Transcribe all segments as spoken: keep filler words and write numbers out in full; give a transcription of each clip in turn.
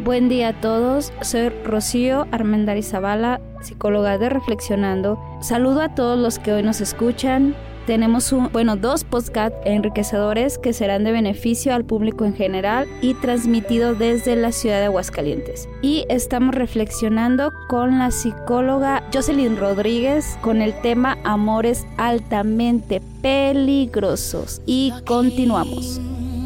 Buen día a todos, soy Rocío Armendarizabala, psicóloga de Reflexionando. Saludo a todos los que hoy nos escuchan. Tenemos un, bueno, dos podcasts enriquecedores que serán de beneficio al público en general y transmitidos desde la ciudad de Aguascalientes. Y estamos reflexionando con la psicóloga Jocelyn Rodríguez con el tema Amores altamente peligrosos. Y continuamos.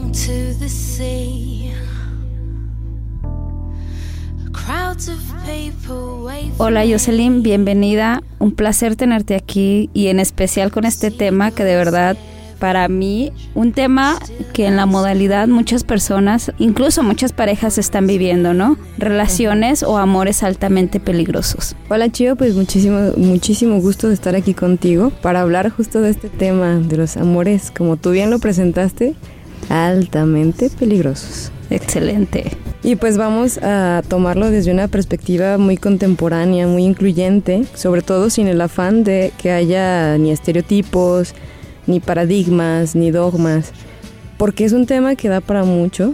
Hola Jocelyn, bienvenida, un placer tenerte aquí y en especial con este tema que de verdad para mí, un tema que en la modalidad muchas personas, incluso muchas parejas están viviendo, ¿no? Relaciones o amores altamente peligrosos. Hola Chio, pues muchísimo, muchísimo gusto de estar aquí contigo para hablar justo de este tema de los amores, como tú bien lo presentaste, altamente peligrosos. Excelente. Y pues vamos a tomarlo desde una perspectiva muy contemporánea, muy incluyente, sobre todo sin el afán de que haya ni estereotipos, ni paradigmas, ni dogmas, porque es un tema que da para mucho.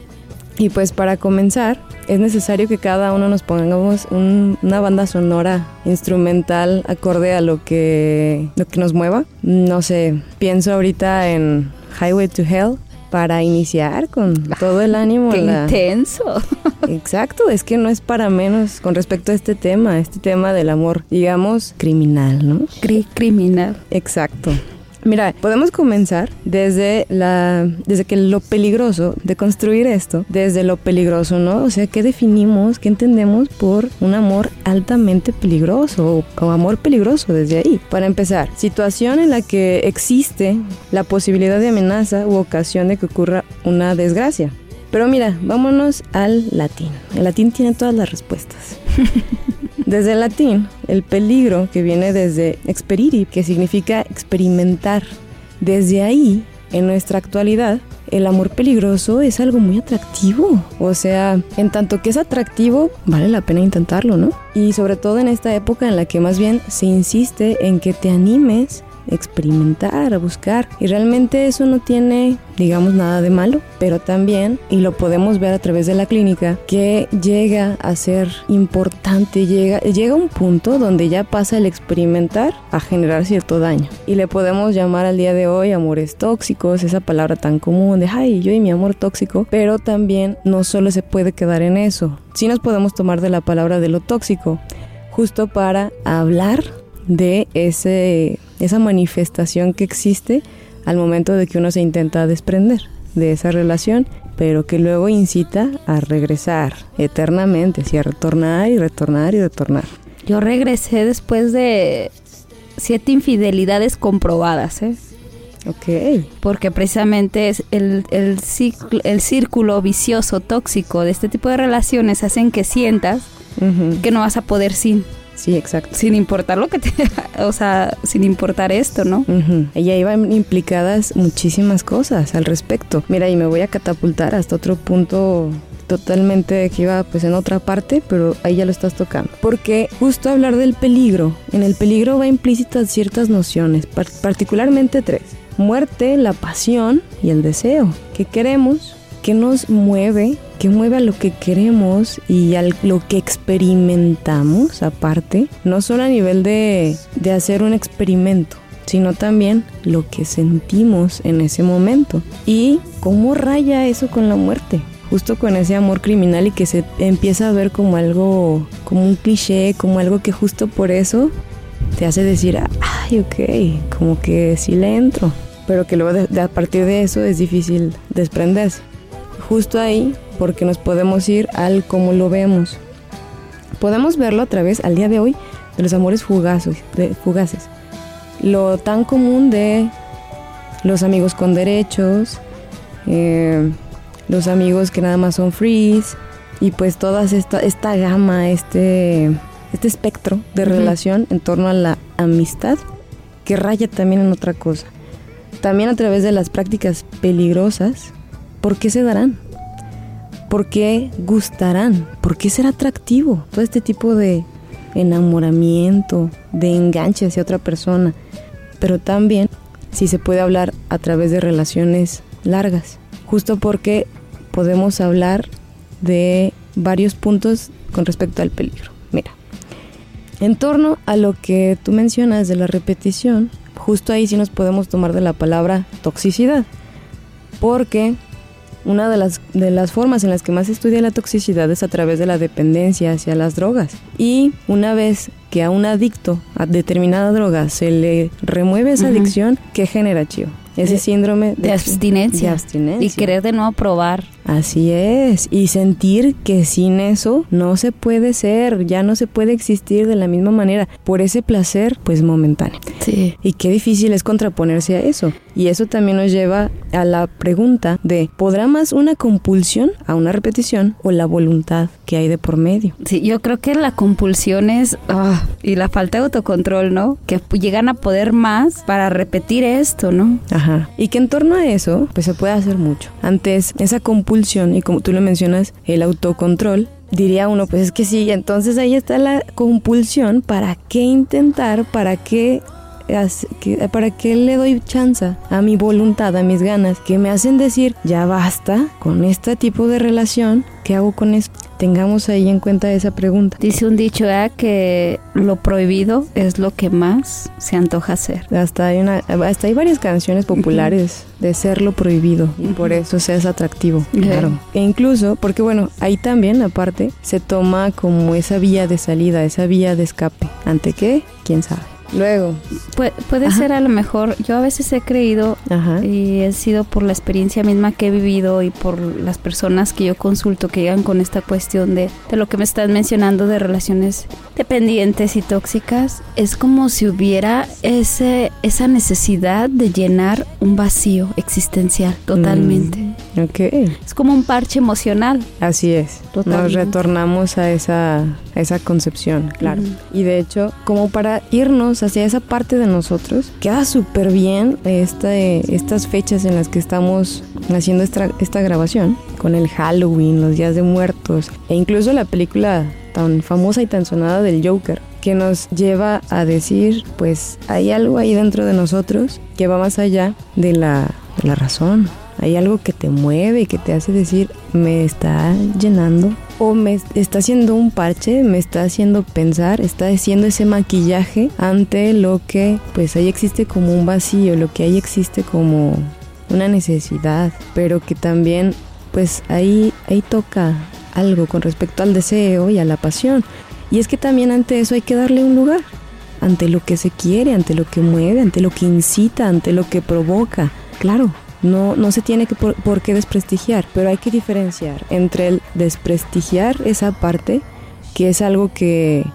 Y pues para comenzar, es necesario que cada uno nos pongamos un, una banda sonora instrumental acorde a lo que, lo que nos mueva. No sé, pienso ahorita en Highway to Hell, para iniciar con todo el ánimo. ¡Qué la... intenso! Exacto, es que no es para menos con respecto a este tema, este tema del amor, digamos, criminal, ¿no? Cri- criminal. Exacto. Mira, podemos comenzar desde la, desde que lo peligroso de construir esto, desde lo peligroso, ¿no? O sea, ¿qué definimos, qué entendemos por un amor altamente peligroso o, o amor peligroso desde ahí? Para empezar, situación en la que existe la posibilidad de amenaza u ocasión de que ocurra una desgracia. Pero mira, vámonos al latín. El latín tiene todas las respuestas. Desde el latín, el peligro, que viene desde experiri, que significa experimentar. Desde ahí, en nuestra actualidad, el amor peligroso es algo muy atractivo. O sea, en tanto que es atractivo, vale la pena intentarlo, ¿no? Y sobre todo en esta época en la que más bien se insiste en que te animes a experimentar, a buscar. Y realmente eso no tiene, digamos, nada de malo, pero también, y lo podemos ver a través de la clínica, que llega a ser importante, llega, llega a un punto donde ya pasa el experimentar a generar cierto daño. Y le podemos llamar al día de hoy amores tóxicos, esa palabra tan común de, ay, yo y mi amor tóxico, pero también no solo se puede quedar en eso. Sí nos podemos tomar de la palabra de lo tóxico, justo para hablar de ese, esa manifestación que existe al momento de que uno se intenta desprender de esa relación, pero que luego incita a regresar eternamente, ¿sí? A retornar y retornar y retornar. Yo regresé después de siete infidelidades comprobadas, ¿eh? Ok. Porque precisamente es el, el, ciclo, el círculo vicioso, tóxico de este tipo de relaciones hacen que sientas uh-huh. que no vas a poder sin. Sí, exacto. Sin importar lo que te... O sea, sin importar esto, ¿no? Uh-huh. Y ahí van implicadas muchísimas cosas al respecto. Mira, y me voy a catapultar hasta otro punto totalmente que iba pues en otra parte, pero ahí ya lo estás tocando. Porque justo hablar del peligro, en el peligro va implícitas ciertas nociones, par- particularmente tres. Muerte, la pasión y el deseo. ¿Qué queremos? ¿Qué nos mueve? ¿Qué mueve a lo que queremos y a lo que experimentamos aparte? No solo a nivel de, de hacer un experimento, sino también lo que sentimos en ese momento. ¿Y cómo raya eso con la muerte? Justo con ese amor criminal y que se empieza a ver como algo, como un cliché, como algo que justo por eso te hace decir, ay, ok, como que sí le entro. Pero que luego de, de, a partir de eso es difícil desprenderse. Justo ahí, porque nos podemos ir al cómo lo vemos. Podemos verlo a través, al día de hoy, de los amores fugazos, de, fugaces. Lo tan común de los amigos con derechos, eh, los amigos que nada más son frees, y pues toda esta, esta gama, este, este espectro de uh-huh. relación en torno a la amistad, que raya también en otra cosa. También a través de las prácticas peligrosas. ¿Por qué se darán? ¿Por qué gustarán? ¿Por qué será atractivo? Todo este tipo de enamoramiento, de enganche hacia otra persona. Pero también si se puede hablar a través de relaciones largas. Justo porque podemos hablar de varios puntos con respecto al peligro. Mira, en torno a lo que tú mencionas de la repetición, justo ahí sí nos podemos tomar de la palabra toxicidad, porque una de las, de las formas en las que más se estudia la toxicidad es a través de la dependencia hacia las drogas. Y una vez que a un adicto a determinada droga se le remueve esa uh-huh. adicción, ¿qué genera, Chío? Ese de, síndrome de, de, abstinencia. de abstinencia. Y querer de nuevo probar. Así es. Y sentir que sin eso no se puede ser, ya no se puede existir de la misma manera. Por ese placer, pues momentáneo. Sí. Y qué difícil es contraponerse a eso. Y eso también nos lleva a la pregunta de, ¿podrá más una compulsión a una repetición o la voluntad que hay de por medio? Sí, yo creo que la compulsión es, oh, y la falta de autocontrol, ¿no? Que llegan a poder más para repetir esto, ¿no? Ajá. Y que en torno a eso, pues se puede hacer mucho. Antes, esa compulsión, y como tú lo mencionas, el autocontrol, diría uno, pues es que sí, entonces ahí está la compulsión. ¿Para qué intentar? ¿Para qué, para qué le doy chance a mi voluntad, a mis ganas, que me hacen decir, ya basta con este tipo de relación? ¿Qué hago con esto? Tengamos ahí en cuenta esa pregunta. Dice un dicho, ¿eh? Que lo prohibido es lo que más se antoja hacer. Hasta hay, una, hasta hay varias canciones populares uh-huh. de ser lo prohibido y uh-huh. por eso se es atractivo. Uh-huh. Claro. E incluso, porque bueno, ahí también aparte se toma como esa vía de salida, esa vía de escape. ¿Ante qué? ¿Quién sabe? Luego. Pu- puede Ajá. ser a lo mejor, yo a veces he creído Ajá. y he sido por la experiencia misma que he vivido y por las personas que yo consulto que llegan con esta cuestión de, de lo que me estás mencionando de relaciones dependientes y tóxicas, es como si hubiera ese, esa necesidad de llenar un vacío existencial totalmente. Mm, ok. Es como un parche emocional. Así es. Totalmente. Nos retornamos a esa, a esa concepción, claro. Mm. Y de hecho, como para irnos hacia esa parte de nosotros, queda súper bien esta, estas fechas en las que estamos haciendo esta, esta grabación, con el Halloween, los días de muertos, e incluso la película tan famosa y tan sonada del Joker, que nos lleva a decir, pues hay algo ahí dentro de nosotros que va más allá de la, de la razón. Hay algo que te mueve y que te hace decir, me está llenando, o me está haciendo un parche, me está haciendo pensar, está haciendo ese maquillaje ante lo que pues ahí existe como un vacío, lo que ahí existe como una necesidad, pero que también pues ahí, ahí toca algo con respecto al deseo y a la pasión. Y es que también ante eso hay que darle un lugar, ante lo que se quiere, ante lo que mueve, ante lo que incita, ante lo que provoca. Claro, no, no se tiene que por, por qué desprestigiar, pero hay que diferenciar entre el desprestigiar esa parte, que es algo que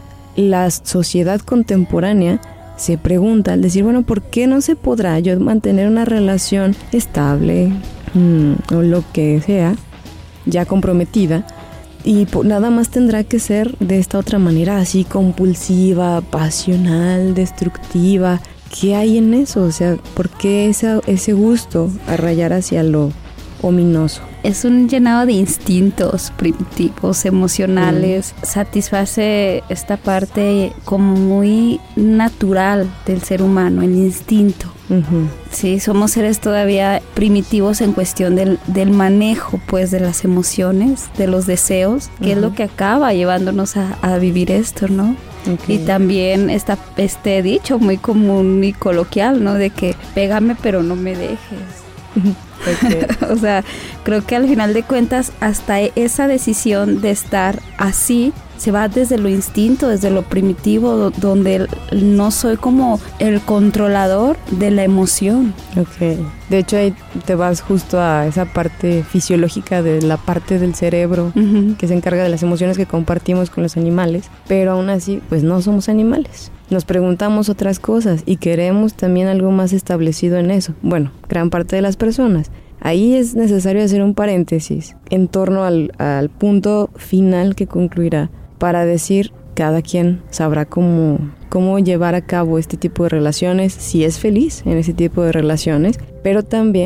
la sociedad contemporánea se pregunta al decir, bueno, ¿por qué no se podrá yo mantener una relación estable mmm, o lo que sea, ya comprometida, y nada más tendrá que ser de esta otra manera, así compulsiva, pasional, destructiva? ¿Qué hay en eso? O sea, ¿por qué esa, ese gusto a rayar hacia lo ominoso? Es un llenado de instintos primitivos, emocionales. Mm. Satisface esta parte como muy natural del ser humano, el instinto. Uh-huh. Sí, somos seres todavía primitivos en cuestión del, del manejo, pues, de las emociones, de los deseos, que uh-huh. es lo que acaba llevándonos a, a vivir esto, ¿no? Okay. Y también está este dicho muy común y coloquial, ¿no? De que pégame pero no me dejes. Okay. O sea, creo que al final de cuentas hasta esa decisión de estar así se va desde lo instinto, desde lo primitivo, donde no soy como el controlador de la emoción. Ok. De hecho, ahí te vas justo a esa parte fisiológica de la parte del cerebro uh-huh. que se encarga de las emociones que compartimos con los animales, pero aún así, pues no somos animales. Nos preguntamos otras cosas y queremos también algo más establecido en eso. Bueno, gran parte de las personas. Ahí es necesario hacer un paréntesis en torno al, al punto final que concluirá para decir, cada quien sabrá cómo, cómo llevar a cabo este tipo de relaciones, si es feliz en ese tipo de relaciones, pero también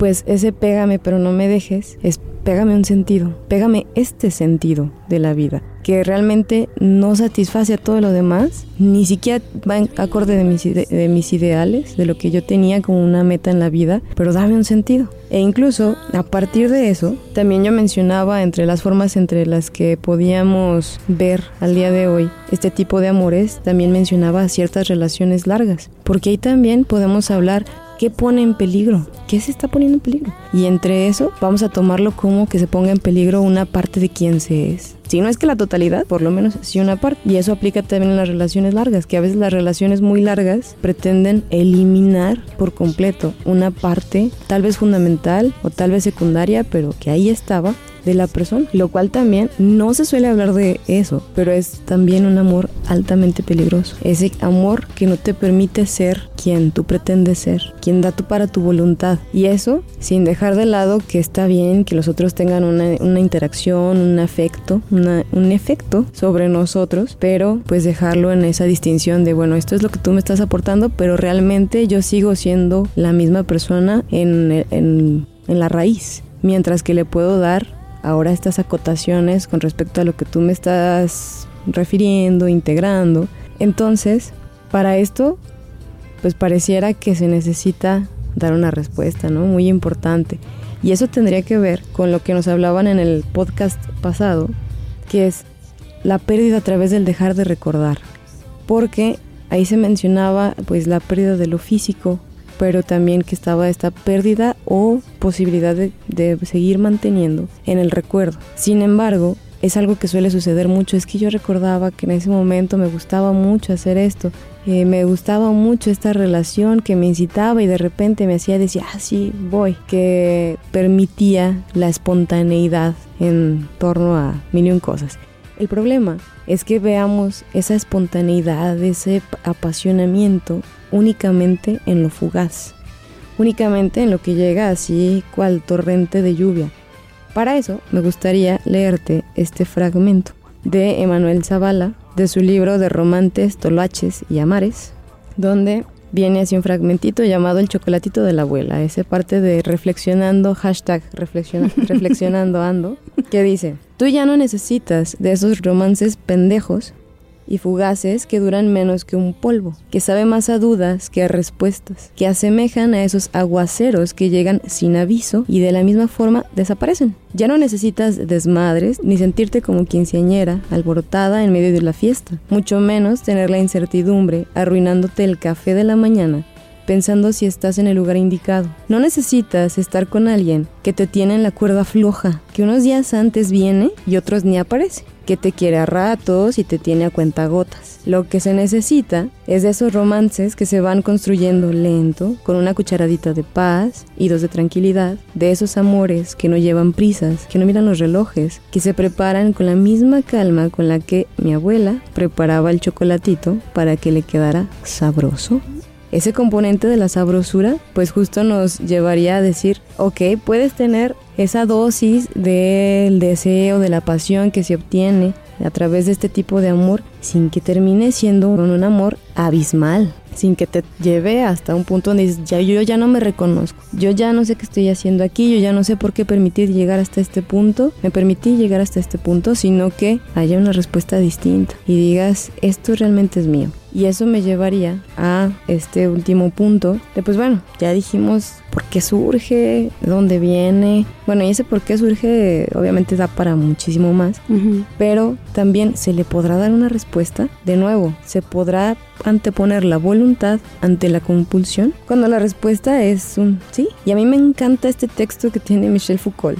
pues ese pégame pero no me dejes es pégame un sentido, pégame este sentido de la vida, que realmente no satisface a todo lo demás, ni siquiera va en acorde de mis, ide- de mis ideales, de lo que yo tenía como una meta en la vida, pero dame un sentido. E incluso a partir de eso, también yo mencionaba entre las formas entre las que podíamos ver al día de hoy este tipo de amores, también mencionaba ciertas relaciones largas, porque ahí también podemos hablar ¿qué pone en peligro? ¿Qué se está poniendo en peligro? Y entre eso vamos a tomarlo como que se ponga en peligro una parte de quién se es. Si no es que la totalidad, por lo menos sí una parte. Y eso aplica también en las relaciones largas, que a veces las relaciones muy largas pretenden eliminar por completo una parte, tal vez fundamental o tal vez secundaria, pero que ahí estaba, de la persona, lo cual también no se suele hablar de eso, pero es también un amor altamente peligroso. Ese amor que no te permite ser quien tú pretendes ser, quien da tú para tu voluntad. Y eso sin dejar de lado que está bien que los otros tengan una, una interacción, un afecto, una, un efecto sobre nosotros, pero pues dejarlo en esa distinción de, bueno, esto es lo que tú me estás aportando, pero realmente yo sigo siendo la misma persona en, en, en la raíz, mientras que le puedo dar ahora estas acotaciones con respecto a lo que tú me estás refiriendo, integrando. Entonces, para esto, pues pareciera que se necesita dar una respuesta, ¿no? Muy importante. Y eso tendría que ver con lo que nos hablaban en el podcast pasado, que es la pérdida a través del dejar de recordar. Porque ahí se mencionaba, pues, la pérdida de lo físico, pero también que estaba esta pérdida o posibilidad de, de seguir manteniendo en el recuerdo. Sin embargo, es algo que suele suceder mucho, es que yo recordaba que en ese momento me gustaba mucho hacer esto, eh, me gustaba mucho esta relación que me incitaba y de repente me hacía decir, ah, sí, voy, que permitía la espontaneidad en torno a mil y un cosas. El problema es que veamos esa espontaneidad, ese apasionamiento únicamente en lo fugaz, únicamente en lo que llega así cual torrente de lluvia. Para eso me gustaría leerte este fragmento de Emanuel Zavala, de su libro de romances, toloaches y amares, donde viene así un fragmentito llamado El chocolatito de la abuela, esa parte de reflexionando, hashtag reflexiona, reflexionando ando, que dice: tú ya no necesitas de esos romances pendejos y fugaces que duran menos que un polvo, que sabe más a dudas que a respuestas, que asemejan a esos aguaceros que llegan sin aviso y de la misma forma desaparecen. Ya no necesitas desmadres ni sentirte como quinceañera alborotada en medio de la fiesta, mucho menos tener la incertidumbre arruinándote el café de la mañana pensando si estás en el lugar indicado. No necesitas estar con alguien que te tiene en la cuerda floja, que unos días antes viene y otros ni aparece, que te quiere a ratos y te tiene a cuentagotas. Lo que se necesita es de esos romances que se van construyendo lento, con una cucharadita de paz y dos de tranquilidad, de esos amores que no llevan prisas, que no miran los relojes, que se preparan con la misma calma con la que mi abuela preparaba el chocolatito para que le quedara sabroso. Ese componente de la sabrosura, pues justo nos llevaría a decir, ok, puedes tener esa dosis del deseo, de la pasión que se obtiene a través de este tipo de amor, sin que termine siendo un amor abismal, sin que te lleve hasta un punto donde dices, ya, yo ya no me reconozco, yo ya no sé qué estoy haciendo aquí, yo ya no sé por qué permitir llegar hasta este punto, me permití llegar hasta este punto, sino que haya una respuesta distinta y digas, esto realmente es mío. Y eso me llevaría a este último punto de, pues bueno, ya dijimos por qué surge, de dónde viene. Bueno, y ese por qué surge obviamente da para muchísimo más, uh-huh. Pero también se le podrá dar una respuesta. De nuevo, se podrá anteponer la voluntad ante la compulsión cuando la respuesta es un sí. Y a mí me encanta este texto que tiene Michel Foucault,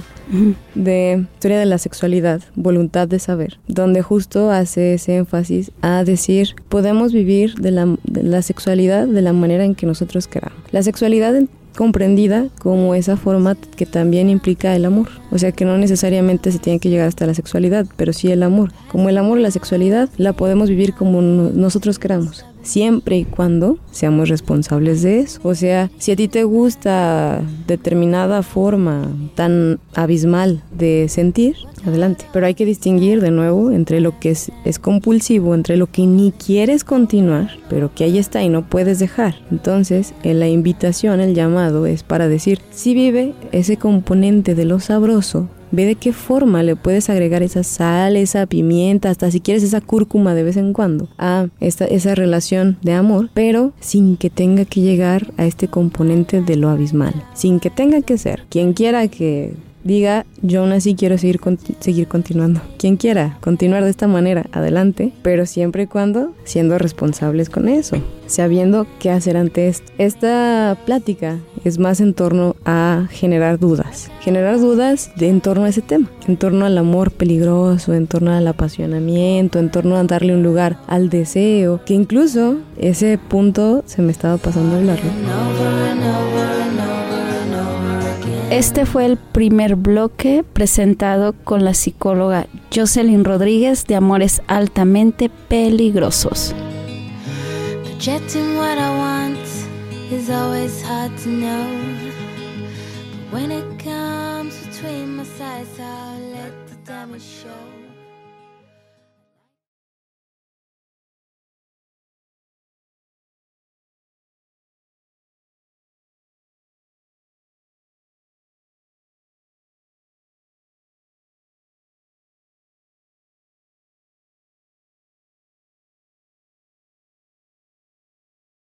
de Historia de la Sexualidad, Voluntad de Saber, donde justo hace ese énfasis a decir, podemos vivir de la, de la sexualidad de la manera en que nosotros queramos. La sexualidad comprendida como esa forma que también implica el amor, o sea que no necesariamente se tiene que llegar hasta la sexualidad, pero sí el amor. Como el amor, la sexualidad la podemos vivir como no, nosotros queramos, siempre y cuando seamos responsables de eso. O sea, si a ti te gusta determinada forma tan abismal de sentir, adelante. Pero hay que distinguir de nuevo entre lo que es, es compulsivo, entre lo que ni quieres continuar, pero que ahí está y no puedes dejar. Entonces, en la invitación, el llamado es para decir, si vive ese componente de lo sabroso, ve de qué forma le puedes agregar esa sal, esa pimienta, hasta si quieres esa cúrcuma de vez en cuando a esta, esa relación de amor, pero sin que tenga que llegar a este componente de lo abismal, sin que tenga que ser quien quiera que diga, yo aún así quiero seguir, conti- seguir continuando. Quien quiera continuar de esta manera, adelante, pero siempre y cuando siendo responsables con eso, sabiendo qué hacer ante esto. Esta plática es más en torno a generar dudas, generar dudas de, en torno a ese tema, en torno al amor peligroso, en torno al apasionamiento, en torno a darle un lugar al deseo, que incluso ese punto se me estaba pasando a hablarlo. Este fue el primer bloque presentado con la psicóloga Jocelyn Rodríguez de Amores Altamente Peligrosos. Projecting what I want is always hard to know. But when it comes between my sides, I'll let the damage show.